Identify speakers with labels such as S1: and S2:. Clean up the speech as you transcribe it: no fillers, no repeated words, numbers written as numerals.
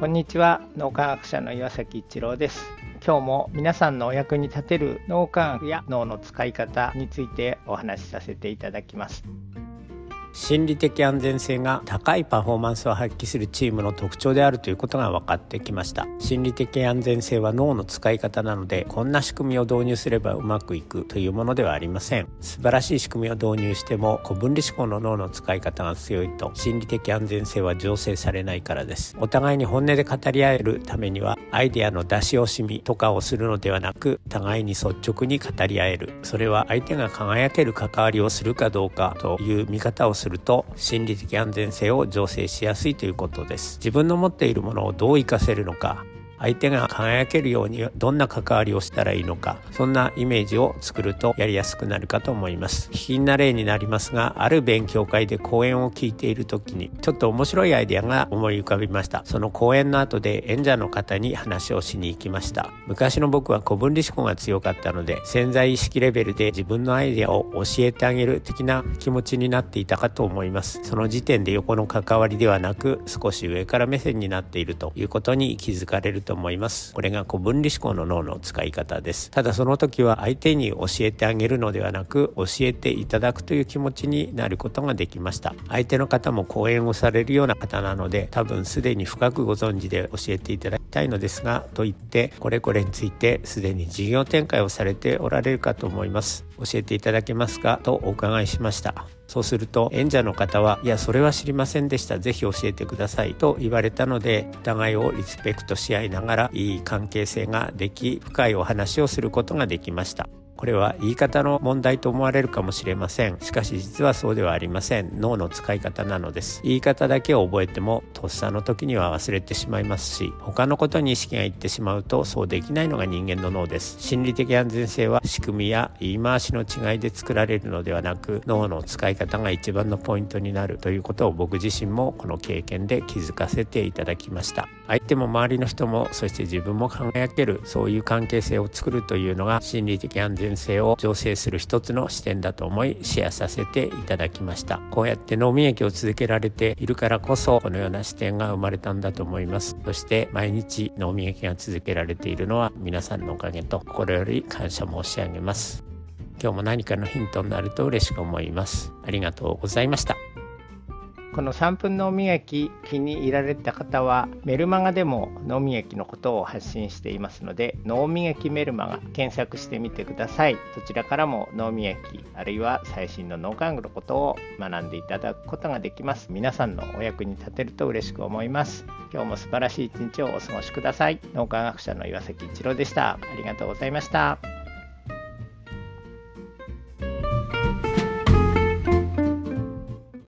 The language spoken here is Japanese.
S1: こんにちは、脳科学者の岩崎一郎です。今日も皆さんのお役に立てる脳科学や脳の使い方についてお話しさせていただきます。
S2: 心理的安全性が高いパフォーマンスを発揮するチームの特徴であるということが分かってきました。心理的安全性は脳の使い方なので、こんな仕組みを導入すればうまくいくというものではありません。素晴らしい仕組みを導入しても古分離思考の脳の使い方が強いと心理的安全性は醸成されないからです。お互いに本音で語り合えるためにはアイデアの出し惜しみとかをするのではなく、互いに率直に語り合える。それは相手が輝ける関わりをするかどうかという見方をすると心理的安全性を醸成しやすいということです。自分の持っているものをどう活かせるのか、相手が輝けるようにどんな関わりをしたらいいのか、そんなイメージを作るとやりやすくなるかと思います。卑近な例になりますが、ある勉強会で講演を聞いている時にちょっと面白いアイデアが思い浮かびました。その講演の後で演者の方に話をしに行きました。昔の僕は古分離思考が強かったので、潜在意識レベルで自分のアイデアを教えてあげる的な気持ちになっていたかと思います。その時点で横の関わりではなく、少し上から目線になっているということに気づかれると思います。これが古分離思考の脳の使い方です。ただその時は相手に教えてあげるのではなく、教えていただくという気持ちになることができました。相手の方も講演をされるような方なので、多分すでに深くご存知で教えていただきたいのですが、と言ってこれについてすでに事業展開をされておられるかと思います。教えていただけますかとお伺いしました。そうすると演者の方は、いやそれは知りませんでした、ぜひ教えてくださいと言われたので、お互いをリスペクトし合いながらいい関係性ができ、深いお話をすることができました。これは言い方の問題と思われるかもしれません。しかし実はそうではありません。脳の使い方なのです。言い方だけを覚えてもとっさの時には忘れてしまいますし、他のことに意識がいってしまうとそうできないのが人間の脳です。心理的安全性は仕組みや言い回しの違いで作られるのではなく、脳の使い方が一番のポイントになるということを僕自身もこの経験で気づかせていただきました。相手も周りの人も、そして自分も輝ける、そういう関係性を作るというのが心理的安全性を醸成する一つの視点だと思いシェアさせていただきました。こうやって脳免疫を続けられているからこそ、このような視点が生まれたんだと思います。そして毎日脳免疫が続けられているのは皆さんのおかげと心より感謝申し上げます。今日も何かのヒントになると嬉しく思います。ありがとうございました。
S1: この3分脳磨き気に入られた方は、メルマガでも脳磨きのことを発信していますので、脳磨きメルマガ検索してみてください。そちらからも脳磨き、あるいは最新の脳科学のことを学んでいただくことができます。皆さんのお役に立てると嬉しく思います。今日も素晴らしい一日をお過ごしください。脳科学者の岩崎一郎でした。ありがとうございました。